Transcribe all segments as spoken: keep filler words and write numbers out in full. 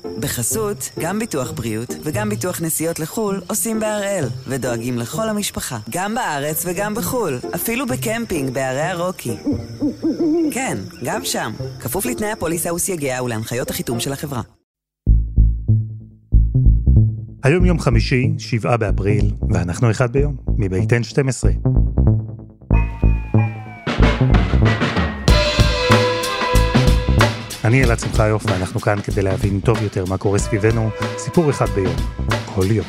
בחסות, גם ביטוח בריאות וגם ביטוח נסיעות לחול עושים בהראל, ודואגים לכל המשפחה, גם בארץ וגם בחול, אפילו בקמפינג בערי הרוקי. כן, גם שם, כפוף לתנאי הפוליסה וסייגיה ולהנחיות החיתום של החברה. היום יום חמישי, שבעה באפריל, ואנחנו אחד ביום, מבית אן שתים עשרה. אני אלעד שמחיוף, ואנחנו כאן כדי להבין טוב יותר מה קורה סביבנו, סיפור אחד ביום, כל יום.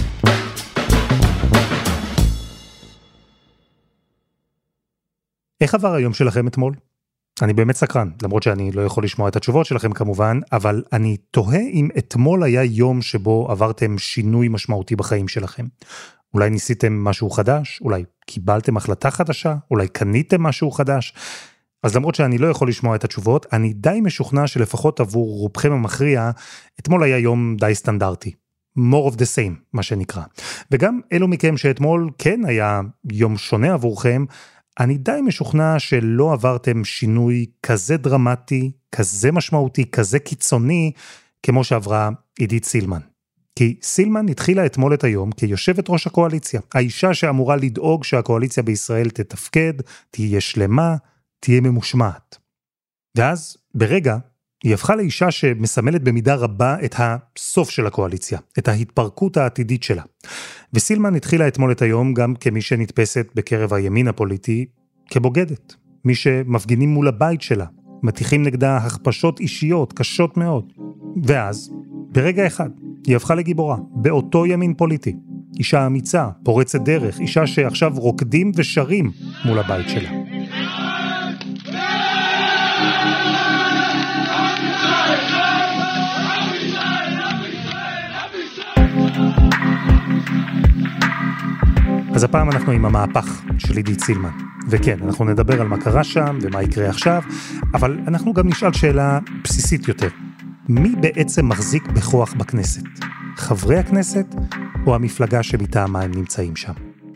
איך עבר היום שלכם אתמול? אני באמת סקרן, למרות שאני לא יכול לשמוע את התשובות שלכם כמובן, אבל אני תוהה אם אתמול היה יום שבו עברתם שינוי משמעותי בחיים שלכם. אולי ניסיתם משהו חדש, אולי קיבלתם החלטה חדשה, אולי קניתם משהו חדש. אז למרות שאני לא יכול לשמוע את התשובות, אני די משוכנע שלפחות עבור רובכם המכריע, אתמול היה יום די סטנדרטי. more of the same, מה שנקרא. וגם אלו מכם שאתמול כן היה יום שונה עבורכם, אני די משוכנע שלא עברתם שינוי כזה דרמטי, כזה משמעותי, כזה קיצוני, כמו שעברה עידית סילמן. כי סילמן התחילה אתמול את היום כיושבת ראש הקואליציה, האישה שאמורה לדאוג שהקואליציה בישראל תתפקד, תהיה שלמה, תהיה ממושמעת. ואז, ברגע, היא הפכה לאישה שמסמלת במידה רבה את הסוף של הקואליציה, את ההתפרקות העתידית שלה. וסילמן התחילה אתמול את היום גם כמי שנתפסת בקרב הימין הפוליטי כבוגדת. מי שמפגינים מול הבית שלה, מתיחים נגדה הכפשות אישיות קשות מאוד. ואז, ברגע אחד, היא הפכה לגיבורה, באותו ימין פוליטי. אישה אמיצה, פורצת דרך, אישה שעכשיו רוקדים ושרים מול הבית שלה. אז הפעם אנחנו עם המהפך של עידית סילמן. וכן, אנחנו נדבר על מה קרה שם ומה יקרה עכשיו, אבל אנחנו גם נשאל שאלה בסיסית יותר. מי בעצם מחזיק בכוח בכנסת? חברי הכנסת או המפלגה שמטעמה הם נמצאים שם?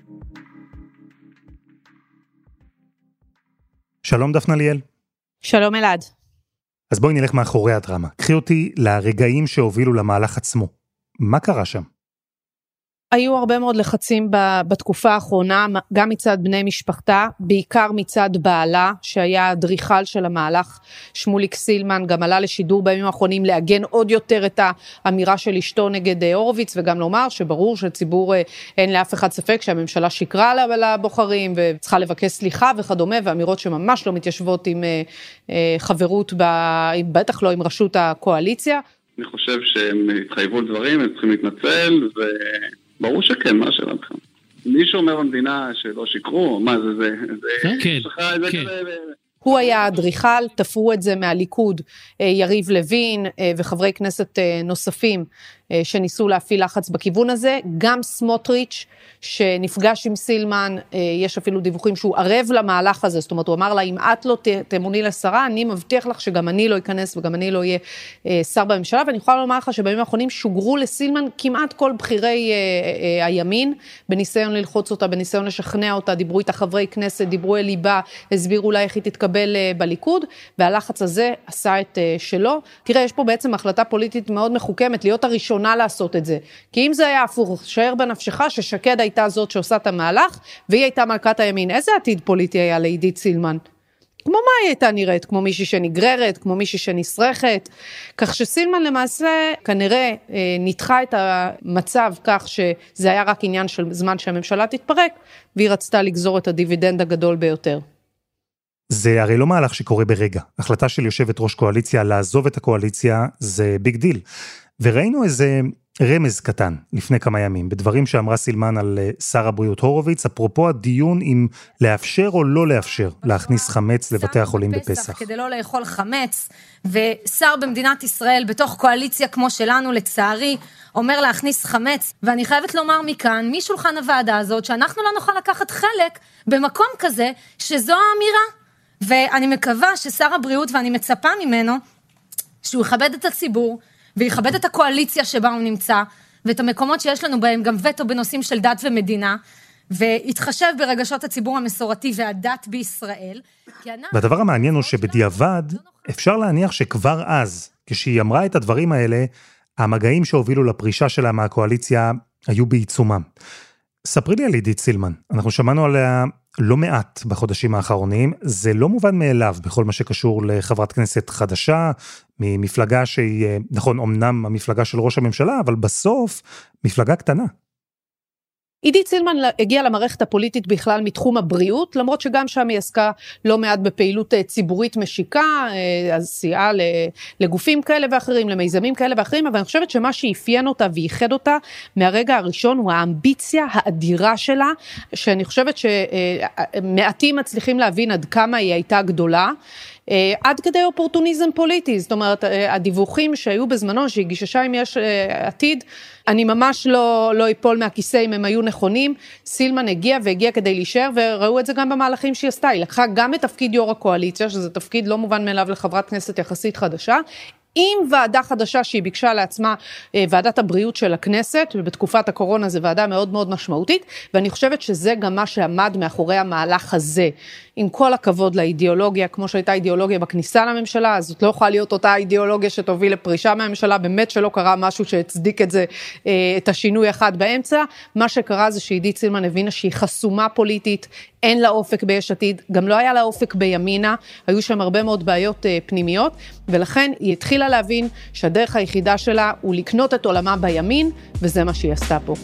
שלום דפנה ליאל. שלום אלעד. אז בואי נלך מאחורי הדרמה. קחי אותי לרגעים שהובילו למהלך עצמו. מה קרה שם? היו הרבה מאוד לחצים בתקופה האחרונה, גם מצד בני משפחתה, בעיקר מצד בעלה, שהיה דריכל של המהלך. שמוליק סילמן גם עלה לשידור בימים האחרונים להגן עוד יותר את האמירה של אשתו נגד הורוביץ, וגם לומר שברור שציבור אין לאף אחד ספק שהממשלה שקרה לבוחרים, וצריכה לבקש סליחה וכדומה, ואמירות שממש לא מתיישבות עם חברות, בטח לא עם רשות הקואליציה. אני חושב שהם התחייבו לדברים, הם צריכים להתנצל, ו... ברור שכן, מה שלכם? מישהו אומר במדינה שלא שיקרו, מה זה זה? כן, כן. הוא היה אדריכל, תפרו את זה מהליכוד, יריב לוין וחברי כנסת נוספים שניסו להפעיל לחץ בכיוון הזה, גם סמוטריץ' שנפגש עם סילמן, יש אפילו דיווחים שהוא ערב למהלך הזה, זאת אומרת הוא אמר לה, אם את לא תמוני לשרה, אני מבטיח לך שגם אני לא אכנס וגם אני לא אהיה שר בממשלה, ואני יכולה לומר לך שבימים האחרונים שוגרו לסילמן כמעט כל בחירי הימין, בניסיון ללחוץ אותה, בניסיון לשכנע אותה, דיברו איתה חברי כנסת, דיברו אל ליבה, הסבירו לה איך היא תתקבל בליכוד, והלחץ הזה עשה את שלו. תראה, יש פה בעצם החלטה פוליטית מאוד מחוכמת, להיות הראשונה לעשות את זה. כי אם זה היה הפוך, שער בנפשך ששקד הייתה זאת שעושה את המהלך, והיא הייתה מלכת הימין. איזה עתיד פוליטי היה לעידית סילמן? כמו מה היא הייתה נראית? כמו מישהי שנגררת, כמו מישהי שנשרכת. כך שסילמן למעשה כנראה נדחה את המצב כך שזה היה רק עניין של זמן שהממשלה תתפרק, והיא רצתה לגזור את הדיבידנד הגדול ביותר. זה הרי לא מהלך שקורה ברגע. החלטה של יושבת ראש קואליציה לעזוב את הקואליציה זה ביג דיל. וראינו איזה רמז קטן לפני כמה ימים, בדברים שאמרה סילמן על שר הבריאות הורוביץ, אפרופו הדיון אם לאפשר או לא לאפשר להכניס חמץ לבתי החולים בפסח. כדי לא לאכול חמץ, ושר במדינת ישראל בתוך קואליציה כמו שלנו, לצערי, אומר להכניס חמץ, ואני חייבת לומר מכאן, משולחן הוועדה הזאת, שאנחנו לא נוכל לקחת חלק במקום כזה, שזו האמירה. ואני מקווה ששר הבריאות, ואני מצפה ממנו, שהוא יכבד את הציבור, ויכבד את הקואליציה שבה הוא נמצא, ואת המקומות שיש לנו בהם גם וטו בנושאים של דת ומדינה, והתחשב ברגשות הציבור המסורתי והדת בישראל. והדבר המעניין הוא שבדיעבד אפשר להניח שכבר אז, כשהיא אמרה את הדברים האלה, המגעים שהובילו לפרישה שלה מהקואליציה היו בעיצומם. ספרי לי על עידית סילמן, אנחנו שמענו עליה לא מעט בחודשים האחרונים, זה לא מובן מאליו בכל מה שקשור לחברת כנסת חדשה, ממפלגה שהיא, נכון, אמנם המפלגה של ראש הממשלה, אבל בסוף מפלגה קטנה. עידית סילמן הגיעה למערכת הפוליטית בכלל מתחום הבריאות, למרות שגם שם היא עסקה לא מעט בפעילות ציבורית משיקה, אז סייעה לגופים כאלה ואחרים, למיזמים כאלה ואחרים, אבל אני חושבת שמה שאפיין אותה וייחד אותה מהרגע הראשון הוא האמביציה האדירה שלה, שאני חושבת שמעטים מצליחים להבין עד כמה היא הייתה גדולה, עד כדי אופורטוניזם פוליטי, זאת אומרת, הדיווחים שהיו בזמנו, שהגישה אם יש עתיד, אני ממש לא, לא איפול מהכיסא אם הם היו נכונים, סילמן הגיע והגיע כדי להישאר, וראו את זה גם במהלכים שהיא עשתה, היא לקחה גם את תפקיד יו"ר הקואליציה, שזה תפקיד לא מובן מאליו לחברת כנסת יחסית חדשה, עם ועדה חדשה שהיא ביקשה לעצמה, ועדת הבריאות של הכנסת, ובתקופת הקורונה זה ועדה מאוד מאוד משמעותית, ואני חושבת שזה גם מה שעמד מאחורי המהלך הזה, עם כל הכבוד לאידיאולוגיה, כמו שהייתה אידיאולוגיה בכניסה לממשלה, אז זאת לא יכולה להיות אותה אידיאולוגיה שתוביל לפרישה מהממשלה, באמת שלא קרה משהו שהצדיק את זה, את השינוי אחד באמצע, מה שקרה זה שעידית סילמן הבינה שהיא חסומה פוליטית, אין לה אופק ביש עתיד, גם לא היה לה אופק בימינה, היו שם הרבה מאוד בעיות פנימיות, ולכן היא התחילה להבין שהדרך היחידה שלה הוא לקנות את עולמה בימין, וזה מה שהיא עשתה פה.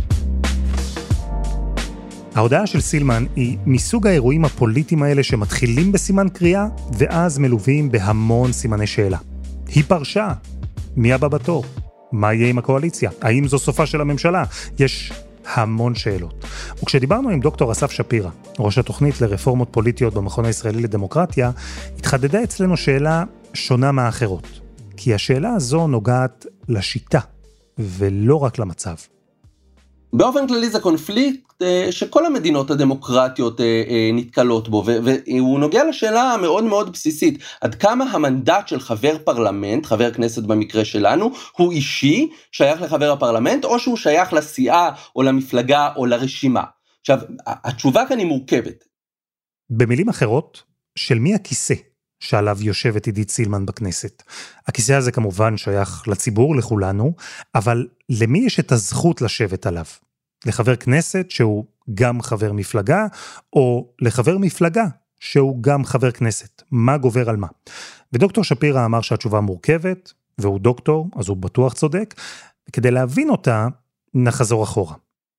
ההודעה של סילמן היא מסוג האירועים הפוליטיים האלה שמתחילים בסימן קריאה, ואז מלווים בהמון סימני שאלה. היא פרשה. מי הבא בתור? מה יהיה עם הקואליציה? האם זו סופה של הממשלה? יש המון שאלות. וכשדיברנו עם דוקטור אסף שפירא, ראש התוכנית לרפורמות פוליטיות במכון הישראלי לדמוקרטיה, התחדדה אצלנו שאלה שונה מהאחרות. כי השאלה הזו נוגעת לשיטה, ולא רק למצב. באופן כללי זה קונפליקט שכל המדינות הדמוקרטיות נתקלות בו, והוא נוגע לשאלה המאוד מאוד בסיסית, עד כמה המנדט של חבר פרלמנט, חבר כנסת במקרה שלנו, הוא אישי, שייך לחבר הפרלמנט, או שהוא שייך לסיעה, או למפלגה, או לרשימה. עכשיו, התשובה כאן היא מורכבת. במילים אחרות, של מי הכיסא שעליו יושבת עידית סילמן בכנסת? הכיסא הזה כמובן שייך לציבור, לכולנו, אבל למי יש את הזכות לשבת עליו? לחבר כנסת שהוא גם חבר מפלגה, או לחבר מפלגה שהוא גם חבר כנסת? מה גובר על מה? ודוקטור שפירא אמר שהתשובה מורכבת, והוא דוקטור, אז הוא בטוח צודק, וכדי להבין אותה, נחזור אחורה.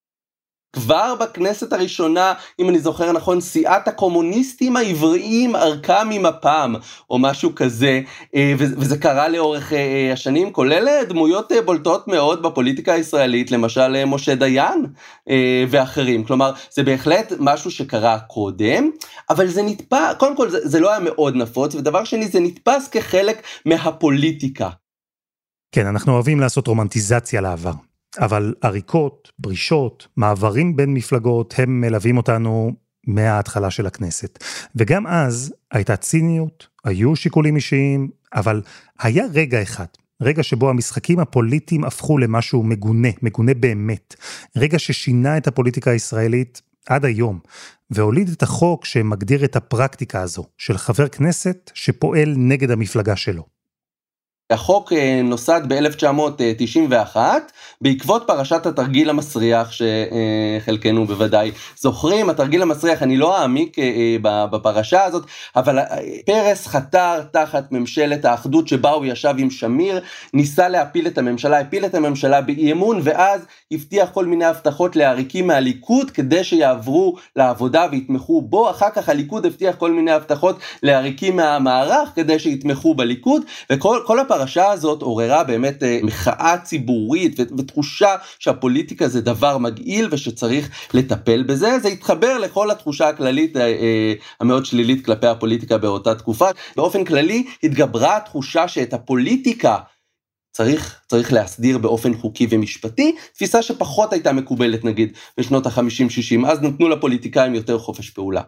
כבר בכנסת הראשונה, אם אני זוכר נכון, סיעת הקומוניסטים העבריים ערכה ממפ"ם, או משהו כזה, וזה קרה לאורך השנים, כולל דמויות בולטות מאוד בפוליטיקה הישראלית, למשל משה דיין ואחרים. כלומר, זה בהחלט משהו שקרה קודם, אבל זה נתפס, קודם כל זה, זה לא היה מאוד נפוץ, ודבר שני, זה נתפס כחלק מהפוליטיקה. כן, אנחנו אוהבים לעשות רומנטיזציה לעבר. אבל עריקות, פרישות, מעברים בין מפלגות, הם מלווים אותנו מההתחלה של הכנסת. וגם אז הייתה ציניות, היו שיקולים אישיים, אבל היה רגע אחד, רגע שבו המשחקים הפוליטיים הפכו למשהו מגונה, מגונה באמת. רגע ששינה את הפוליטיקה הישראלית עד היום, והוליד את החוק שמגדיר את הפרקטיקה הזו, של חבר כנסת שפועל נגד המפלגה שלו. החוק נוסד ב-אלף תשע מאות תשעים ואחת, בעקבות פרשת התרגיל המסריח, שחלקנו בוודאי זוכרים. התרגיל המסריח, אני לא אעמיק בפרשה הזאת, אבל פרס חתר תחת ממשלת האחדות שבה הוא ישב עם שמיר, ניסה להפיל את הממשלה, הפיל את הממשלה באי אמון, ואז הבטיח כל מיני הבטחות לעריקים מהליכוד, כדי שיעברו לעבודה ויתמכו בו. אחר כך הליכוד הבטיח כל מיני הבטחות לעריקים מהמערך, כדי שיתמכו בליכוד, וכל כל הפרשה הפרשה הזאת עוררה באמת מחאה ציבורית ותחושה שהפוליטיקה זה דבר מגעיל ושצריך לטפל בזה. זה התחבר לכל התחושה הכללית המאוד שלילית כלפי הפוליטיקה באותה תקופה. באופן כללי התגברה התחושה שאת הפוליטיקה צריך, צריך להסדיר באופן חוקי ומשפטי, תפיסה שפחות הייתה מקובלת נגיד בשנות ה-חמישים שישים, אז נתנו לפוליטיקאים יותר חופש פעולה.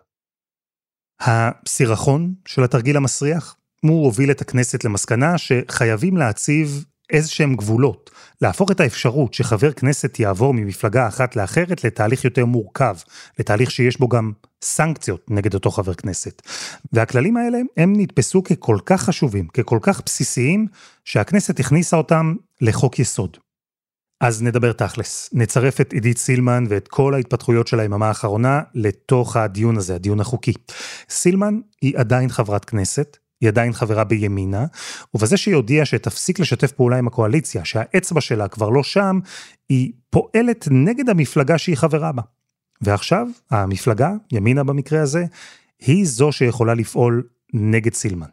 הסירחון של התרגיל המסריח, הוא הוביל את הכנסת למסקנה שחייבים להציב איזה שהם גבולות, להפוך את האפשרות שחבר כנסת יעבור ממפלגה אחת לאחרת לתהליך יותר מורכב, לתהליך שיש בו גם סנקציות נגד אותו חבר כנסת. והכללים האלה הם נתפסו ככל כך חשובים, ככל כך בסיסיים, שהכנסת הכניסה אותם לחוק יסוד. אז נדבר תכלס, נצרף את עידית סילמן ואת כל ההתפתחויות של היממה האחרונה לתוך הדיון הזה, הדיון החוקי. סילמן היא עדיין חברת כנסת, היא עדיין חברה בימינה, ובזה שהיא הודיעה שתפסיק לשתף פעולה עם הקואליציה, שהאצבע שלה כבר לא שם, היא פועלת נגד המפלגה שהיא חברה בה. ועכשיו, המפלגה, ימינה במקרה הזה, היא זו שיכולה לפעול נגד סילמן.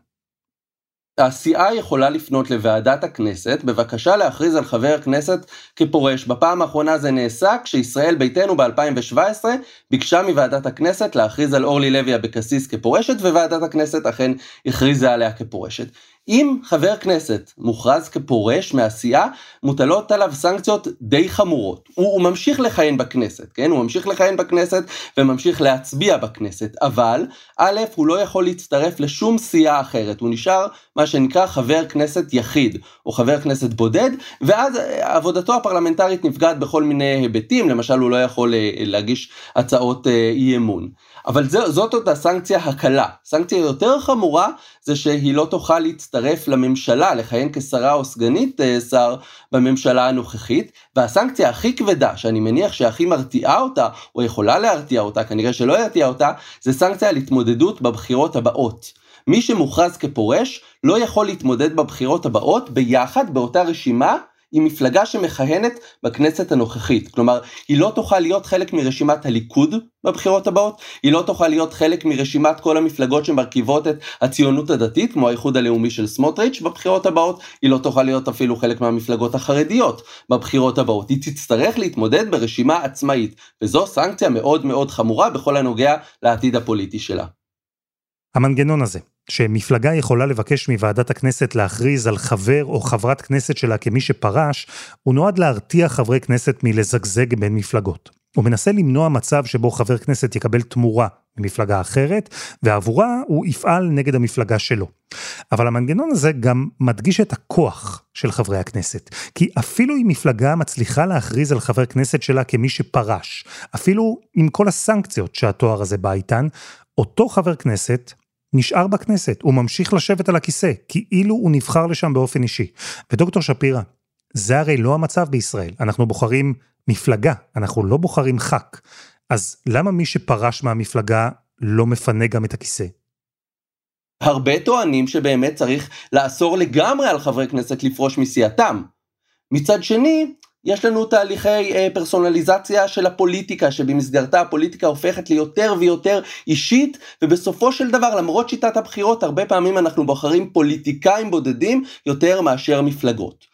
הסיעה יכולה לפנות לוועדת הכנסת בבקשה להכריז על חבר הכנסת כפורש. בפעם האחרונה זה נעשה כשישראל ביתנו ב-אלפיים שבע עשרה ביקשה מוועדת הכנסת להכריז על אורלי לוי אבקסיס כפורשת, וועדת הכנסת אכן הכריזה עליה כפורשת. אם חבר כנסת מוכרז כפורש מהסיעה, מוטלות עליו סנקציות די חמורות. הוא, הוא ממשיך לכהן בכנסת, כן? הוא ממשיך לכהן בכנסת וממשיך להצביע בכנסת, אבל א', הוא לא יכול להצטרף לשום סיעה אחרת, הוא נשאר מה שנקרא חבר כנסת יחיד, או חבר כנסת בודד, ואז עבודתו הפרלמנטרית נפגעת בכל מיני היבטים, למשל הוא לא יכול להגיש הצעות אי אמון. אבל זאת אותה סנקציה הקלה. סנקציה יותר חמורה זה שהיא לא תוכל להצטרף לממשלה, לכהן כשרה או סגנית שר בממשלה הנוכחית, והסנקציה הכי כבדה, שאני מניח שהכי מרתיעה אותה, או יכולה להרתיע אותה, כנראה שלא ירתיע אותה, זה סנקציה על התמודדות בבחירות הבאות. מי שמוכרז כפורש לא יכול להתמודד בבחירות הבאות ביחד באותה רשימה, היא מפלגה שמכהנת בכנסת הנוכחית. כלומר, היא לא תוכל להיות חלק מרשימת הליכוד בבחירות הבאות, היא לא תוכל להיות חלק מרשימת כל המפלגות שמרכיבות את הציונות הדתית, כמו האיחוד הלאומי של סמוטריץ' בבחירות הבאות, היא לא תוכל להיות אפילו חלק מהמפלגות החרדיות בבחירות הבאות. היא תצטרך להתמודד ברשימה עצמאית, וזו סנקציה מאוד מאוד חמורה בכל הנוגע לעתיד הפוליטי שלה. המנגנון הזה, שמפלגה יכולה לבקש מוועדת הכנסת להכריז על חבר או חברת כנסת שלה כמי שפרש, הוא נועד להרתיע חברי כנסת מלזגזג בין מפלגות. הוא מנסה למנוע מצב שבו חבר כנסת יקבל תמורה ממפלגה אחרת, ועבורה הוא יפעל נגד המפלגה שלו. אבל המנגנון הזה גם מדגיש את הכוח של חברי הכנסת, כי אפילו אם מפלגה מצליחה להכריז על חבר כנסת שלה כמי שפרש, אפילו עם כל הסנקציות שהתואר הזה בא איתן, אותו חבר כנסת נשאר בכנסת, הוא ממשיך לשבת על הכיסא, כאילו הוא נבחר לשם באופן אישי. ודוקטור שפירא, זה הרי לא המצב בישראל, אנחנו בוחרים מפלגה, אנחנו לא בוחרים חק. אז למה מי שפרש מהמפלגה לא מפנה גם את הכיסא? הרבה טוענים שבאמת צריך לאסור לגמרי על חברי כנסת לפרוש מסיעתם. מצד שני, יש לנו תהליכי אה, פרסונליזציה של הפוליטיקה, שבמסגרתה הפוליטיקה הופכת ליותר ויותר אישית, ובסופו של דבר, למרות שיטת הבחירות, הרבה פעמים אנחנו בוחרים פוליטיקאים בודדים יותר מאשר מפלגות.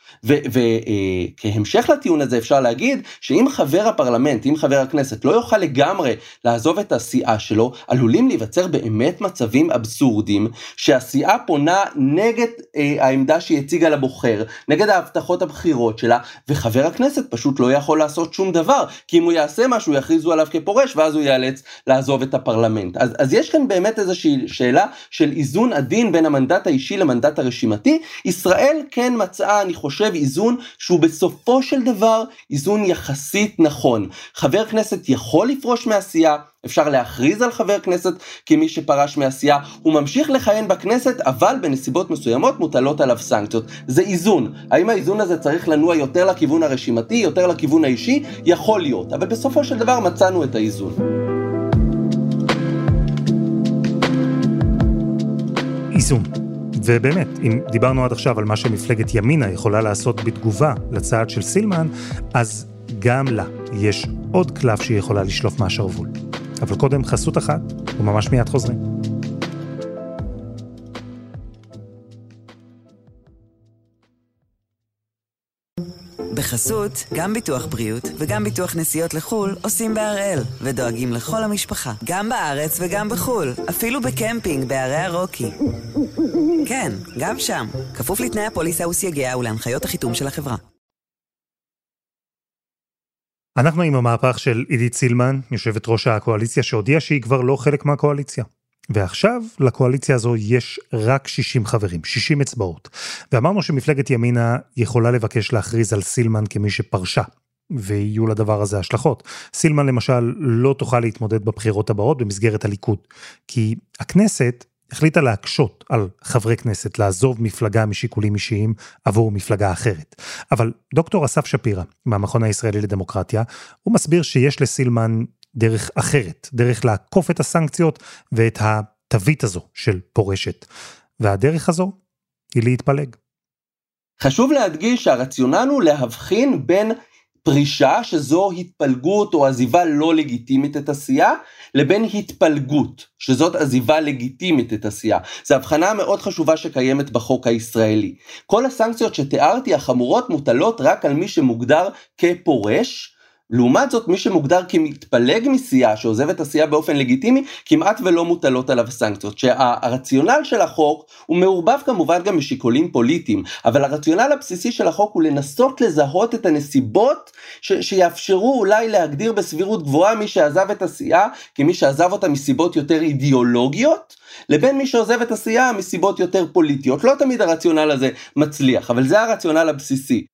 וכהמשך לטיעון הזה אפשר להגיד שאם חבר הפרלמנט, אם חבר הכנסת לא יוכל לגמרי לעזוב את הסיעה שלו, עלולים להיווצר באמת מצבים אבסורדים שהסיעה פונה נגד אה, העמדה שהיא הציגה לבוחר, נגד ההבטחות הבחירות שלה, וחבר הכנסת פשוט לא יכול לעשות שום דבר, כי אם הוא יעשה משהו יכריזו עליו כפורש ואז הוא ייאלץ לעזוב את הפרלמנט. אז, אז יש כאן באמת איזושהי שאלה של איזון עדין בין המנדט האישי למנדט הרשימתי. ישראל כן מצאה, אני חושב, איזון שהוא בסופו של דבר איזון יחסית נכון. חבר כנסת יכול לפרוש מהסיעה, אפשר להכריז על חבר כנסת כמי שפרש מהסיעה, הוא ממשיך לכהן בכנסת, אבל בנסיבות מסוימות מוטלות עליו סנקציות. זה איזון. האם האיזון הזה צריך לנוע יותר לכיוון הרשימתי, יותר לכיוון האישי? יכול להיות, אבל בסופו של דבר מצאנו את האיזון. איזון. ובאמת, אם דיברנו עד עכשיו על מה שמפלגת ימינה יכולה לעשות בתגובה לצעד של סילמן, אז גם לה יש עוד קלף שהיא יכולה לשלוף מהשרוול. אבל קודם חסות אחת, וממש מיד חוזרים. בחסות, גם ביטוח בריאות וגם ביטוח נסיעות לחול עושים בהראל, ודואגים לכל המשפחה, גם בארץ וגם בחול, אפילו בקמפינג בערי הרוקי. כן, גם שם, כפוף לתנאי הפוליסה וסייגיה ולהנחיות החיתום של החברה. אנחנו עם המהפך של עידית סילמן, יושבת ראש הקואליציה שהודיעה שהיא כבר לא חלק מהקואליציה. ועכשיו לקואליציה הזו יש רק שישים חברים, שישים אצבעות. ואמרנו שמפלגת ימינה יכולה לבקש להכריז על סילמן כמי שפרשה, ויהיו לדבר הזה השלכות. סילמן למשל לא תוכל להתמודד בבחירות הבאות במסגרת הליכוד, כי הכנסת החליטה להקשות על חברי כנסת לעזוב מפלגה משיקולים אישיים עבור מפלגה אחרת. אבל דוקטור אסף שפירא, מהמכון הישראלי לדמוקרטיה, הוא מסביר שיש לסילמן דרך אחרת, דרך לעקוף את הסנקציות ואת התווית הזו של פורשת. והדרך הזו היא להתפלג. חשוב להדגיש שהרציונל הוא להבחין בין פרישה, שזו התפלגות או עזיבה לא לגיטימית את הסיעה, לבין התפלגות, שזאת עזיבה לגיטימית את הסיעה. זו הבחנה מאוד חשובה שקיימת בחוק הישראלי. כל הסנקציות שתיארתי החמורות מוטלות רק על מי שמוגדר כפורש, לעומת זאת מי שמוגדר כמתפלג מסיעה, שעוזב את הסיעה באופן לגיטימי, כמעט ולא מוטלות עליו סנקציות. שהרציונל של החוק הוא מעורבב כמובן גם משיקולים פוליטיים, אבל הרציונל הבסיסי של החוק הוא לנסות לזהות את הנסיבות ש- שיאפשרו אולי להגדיר בסבירות גבוהה מי שעזב את הסיעה, כמי שעזב אותה מסיבות יותר אידיאולוגיות, לבין מי שעוזב את הסיעה מסיבות יותר פוליטיות. לא תמיד הרציונל הזה מצליח, אבל זה הרציונל הבסיסי.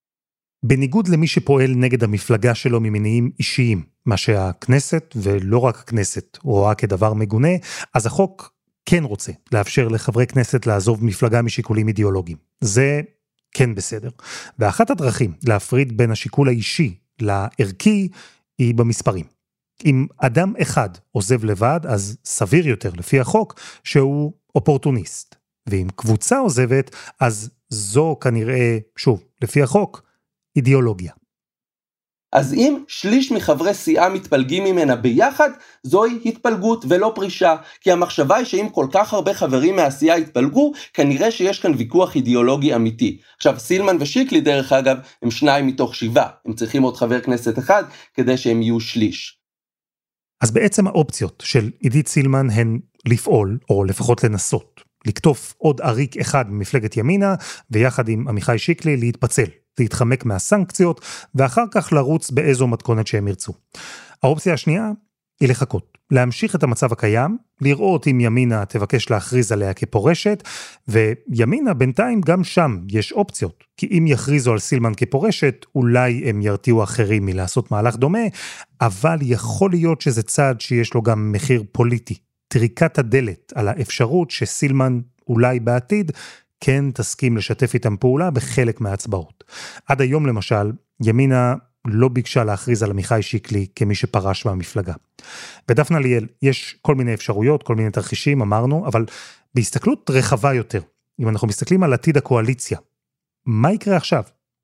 בניגוד למי שפועל נגד המפלגה שלו ממניעים אישיים, מה שהכנסת ולא רק הכנסת רואה כדבר מגונה, אז החוק כן רוצה לאפשר לחברי כנסת לעזוב מפלגה משיקולים אידיאולוגיים. זה כן בסדר. ואחת הדרכים להפריד בין השיקול האישי לערכי היא במספרים. אם אדם אחד עוזב לבד, אז סביר יותר לפי החוק שהוא אופורטוניסט. ואם קבוצה עוזבת, אז זו כנראה, שוב, לפי החוק, אידיאולוגיה. אז אם שליש מחברי סיעה מתפלגים ממנה ביחד, זוהי התפלגות ולא פרישה, כי המחשבה היא שאם כל כך הרבה חברים מהסיעה התפלגו, כנראה שיש כאן ויכוח אידיאולוגי אמיתי. עכשיו, סילמן ושיקלי דרך אגב הם שניים מתוך שבעה, הם צריכים עוד חבר כנסת אחד כדי שהם יהיו שליש. אז בעצם האופציות של עידית סילמן הן לפעול, או לפחות לנסות, לקטוף עוד עריק אחד ממפלגת ימינה, ויחד עם עמיחי שיקלי להתפצל. להתחמק מהסנקציות, ואחר כך לרוץ באיזו מתכונת שהם ירצו. האופציה השנייה היא לחכות, להמשיך את המצב הקיים, לראות אם ימינה תבקש להכריז עליה כפורשת, וימינה בינתיים גם שם יש אופציות, כי אם יכריזו על סילמן כפורשת, אולי הם ירתיעו אחרים מלעשות מהלך דומה, אבל יכול להיות שזה צעד שיש לו גם מחיר פוליטי, טריקת הדלת על האפשרות שסילמן אולי בעתיד כן תסכים לשתף איתם פעולה בחלק מההצבעות. עד היום למשל, ימינה לא ביקשה להכריז על עמיחי שיקלי כמי שפרש מהמפלגה. בדפנה ליאל יש כל מיני אפשרויות, כל מיני תרחישים, אמרנו, אבל בהסתכלות רחבה יותר, אם אנחנו מסתכלים על עתיד הקואליציה, מה יקרה עכשיו?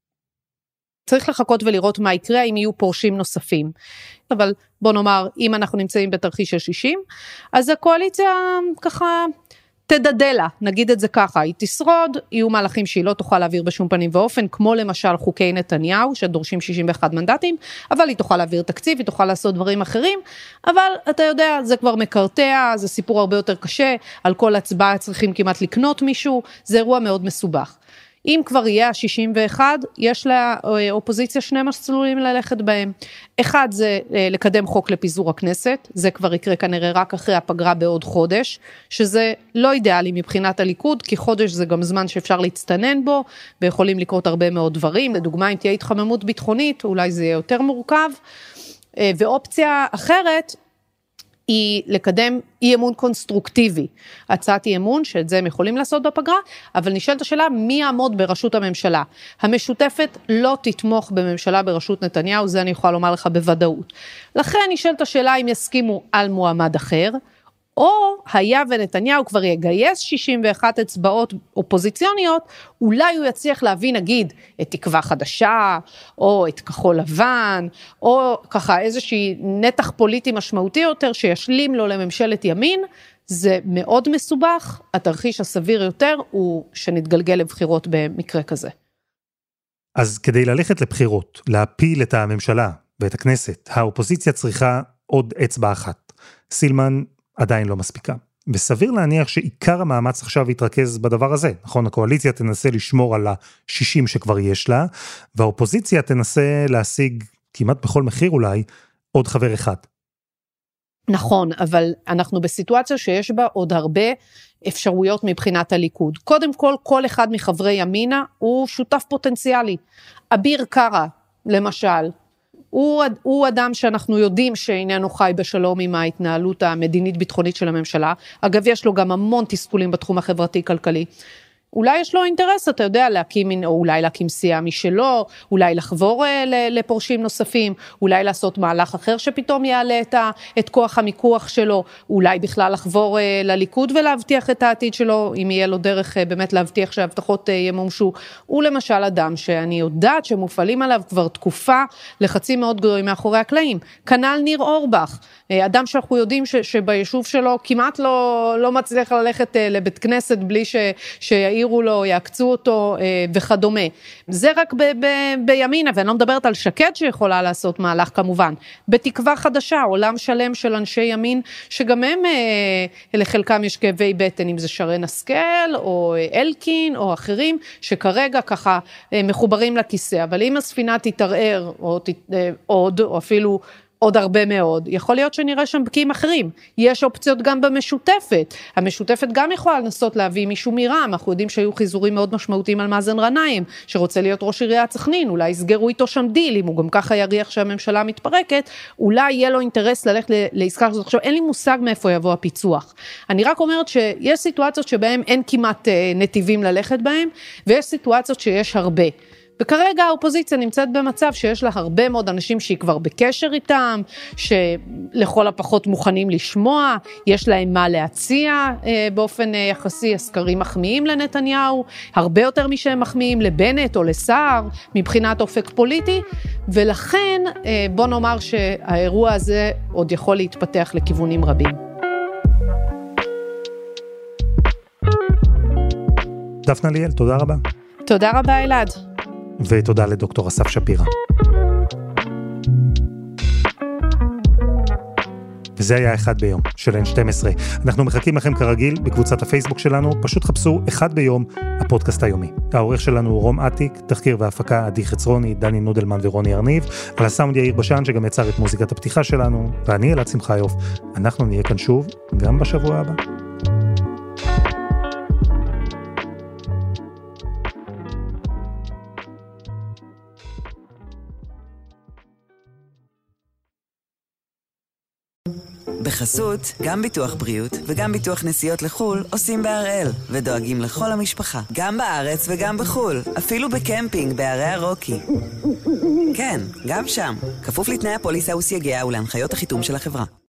צריך לחכות ולראות מה יקרה, אם יהיו פורשים נוספים. אבל בוא נאמר, אם אנחנו נמצאים בתרחיש ה-שישים, אז הקואליציה ככה תדדלה, נגיד את זה ככה, היא תשרוד, יהיו מהלכים שהיא לא תוכל להעביר בשום פנים ואופן, כמו למשל חוקי נתניהו, שדורשים שישים ואחד מנדטים, אבל היא תוכל להעביר תקציב, היא תוכל לעשות דברים אחרים, אבל אתה יודע, זה כבר מקרטע, זה סיפור הרבה יותר קשה, על כל הצבעה צריכים כמעט לקנות מישהו, זה אירוע מאוד מסובך. אם כבר יהיה ה-שישים ואחת, יש לאופוזיציה שני מסלולים ללכת בהם. אחד זה לקדם חוק לפיזור הכנסת, זה כבר יקרה כנראה רק אחרי הפגרה בעוד חודש, שזה לא אידיאלי מבחינת הליכוד, כי חודש זה גם זמן שאפשר להצטנן בו, ויכולים לקרות הרבה מאוד דברים, לדוגמה אם תהיה התחממות ביטחונית, אולי זה יהיה יותר מורכב, ואופציה אחרת, היא לקדם אי אמון קונסטרוקטיבי, הצעת אי אמון שאת זה הם יכולים לעשות בפגרה, אבל נשאלת השאלה מי יעמוד בראשות הממשלה. המשותפת לא תתמוך בממשלה בראשות נתניהו, זה אני יכולה לומר לך בוודאות. לכן נשאלת השאלה אם יסכימו על מועמד אחר, או היה ונתניהו כבר יגייס שישים ואחת אצבעות אופוזיציוניות, אולי הוא יצליח להביא נגיד את תקווה חדשה, או את כחול לבן, או ככה איזושהי נתח פוליטי משמעותי יותר, שישלים לו לממשלת ימין, זה מאוד מסובך, התרחיש הסביר יותר הוא שנתגלגל לבחירות במקרה כזה. אז כדי ללכת לבחירות, להפיל את הממשלה ואת הכנסת, האופוזיציה צריכה עוד אצבע אחת. סילמן עדיין לא מספיקה. וסביר להניח שעיקר המאמץ עכשיו יתרכז בדבר הזה. נכון, הקואליציה תנסה לשמור על ה-שישים שכבר יש לה, והאופוזיציה תנסה להשיג, כמעט בכל מחיר אולי, עוד חבר אחד. נכון, אבל אנחנו בסיטואציה שיש בה עוד הרבה אפשרויות מבחינת הליכוד. קודם כל, כל אחד מחברי ימינה הוא שותף פוטנציאלי. אביר קארה, למשל, הוא, הוא אדם שאנחנו יודעים שאיננו חי בשלום עם ההתנהלות המדינית-ביטחונית של הממשלה. אגב, יש לו גם המון תסכולים בתחום החברתי-כלכלי. אולי יש לו אינטרס, אתה יודע, להקים, או אולי להקים סיעה משלו, אולי לחבור לפורשים נוספים, אולי לעשות מהלך אחר שפתאום יעלה את, ה, את כוח המיקוח שלו, אולי בכלל לחבור לליכוד ולהבטיח את העתיד שלו, אם יהיה לו דרך באמת להבטיח שההבטחות ימומשו. הוא למשל אדם שאני יודעת שמופעלים עליו כבר תקופה לחצים מאוד גדולים מאחורי הקלעים. כנ"ל ניר אורבך, אדם שאנחנו יודעים ש, שביישוב שלו כמעט לא, לא מצליח ללכת לבית כנסת בלי ש, שיעירו לו, יעקצו אותו וכדומה. זה רק ב, ב, בימינה, ואני לא מדברת על שקד שיכולה לעשות מהלך כמובן. בתקווה חדשה, עולם שלם של אנשי ימין, שגם הם לחלקם יש כאבי בטן, אם זה שרן השכל או אלקין או אחרים, שכרגע ככה מחוברים לכיסא. אבל אם הספינה תתערער או ת, עוד, או אפילו עוד הרבה מאוד, יכול להיות שנראה שם בקיאים אחרים. יש אופציות גם במשותפת. המשותפת גם יכולה לנסות להביא מישהו מרם. אנחנו יודעים שהיו חיזורים מאוד משמעותיים על מאזן רנאים, שרוצה להיות ראש עיריית סכנין, אולי יסגרו איתו שם דיל, אם הוא גם ככה יריח שהממשלה מתפרקת, אולי יהיה לו אינטרס ללכת לעסקה כזאת. עכשיו, אין לי מושג מאיפה יבוא הפיצוח. אני רק אומרת שיש סיטואציות שבהן אין כמעט נתיבים ללכת בהם, ויש סיטואציות שיש הרבה. וכרגע האופוזיציה נמצאת במצב שיש לה הרבה מאוד אנשים שהיא כבר בקשר איתם, שלכל הפחות מוכנים לשמוע, יש להם מה להציע באופן יחסי, הסקרים מחמיאים לנתניהו, הרבה יותר משהם מחמיאים לבנט או לסער, מבחינת אופק פוליטי, ולכן בוא נאמר שהאירוע הזה עוד יכול להתפתח לכיוונים רבים. דפנה ליאל, תודה רבה. תודה רבה אלעד. ותודה לדוקטור אסף שפירא. וזה היה אחד ביום של אן שתים עשרה. אנחנו מחכים לכם כרגיל בקבוצת הפייסבוק שלנו, פשוט חפשו אחד ביום הפודקאסט היומי. העורך שלנו הוא רום עתיק, תחקיר והפקה עדי חצרוני, דני נודלמן ורוני ארניב, על הסאונד יאיר בשן שגם יצר את מוזיקת הפתיחה שלנו, ואני אלעד שמחיוף. אנחנו נהיה כאן שוב גם בשבוע הבא. בחסות, גם ביטוח בריאות וגם ביטוח נסיעות לחול עושים בהראל ודואגים לכל המשפחה, גם בארץ וגם בחול, אפילו בקמפינג בערי הרוקי. כן, גם שם, כפוף לתנאי הפוליסה וסייגיה ולהנחיות החיתום של החברה.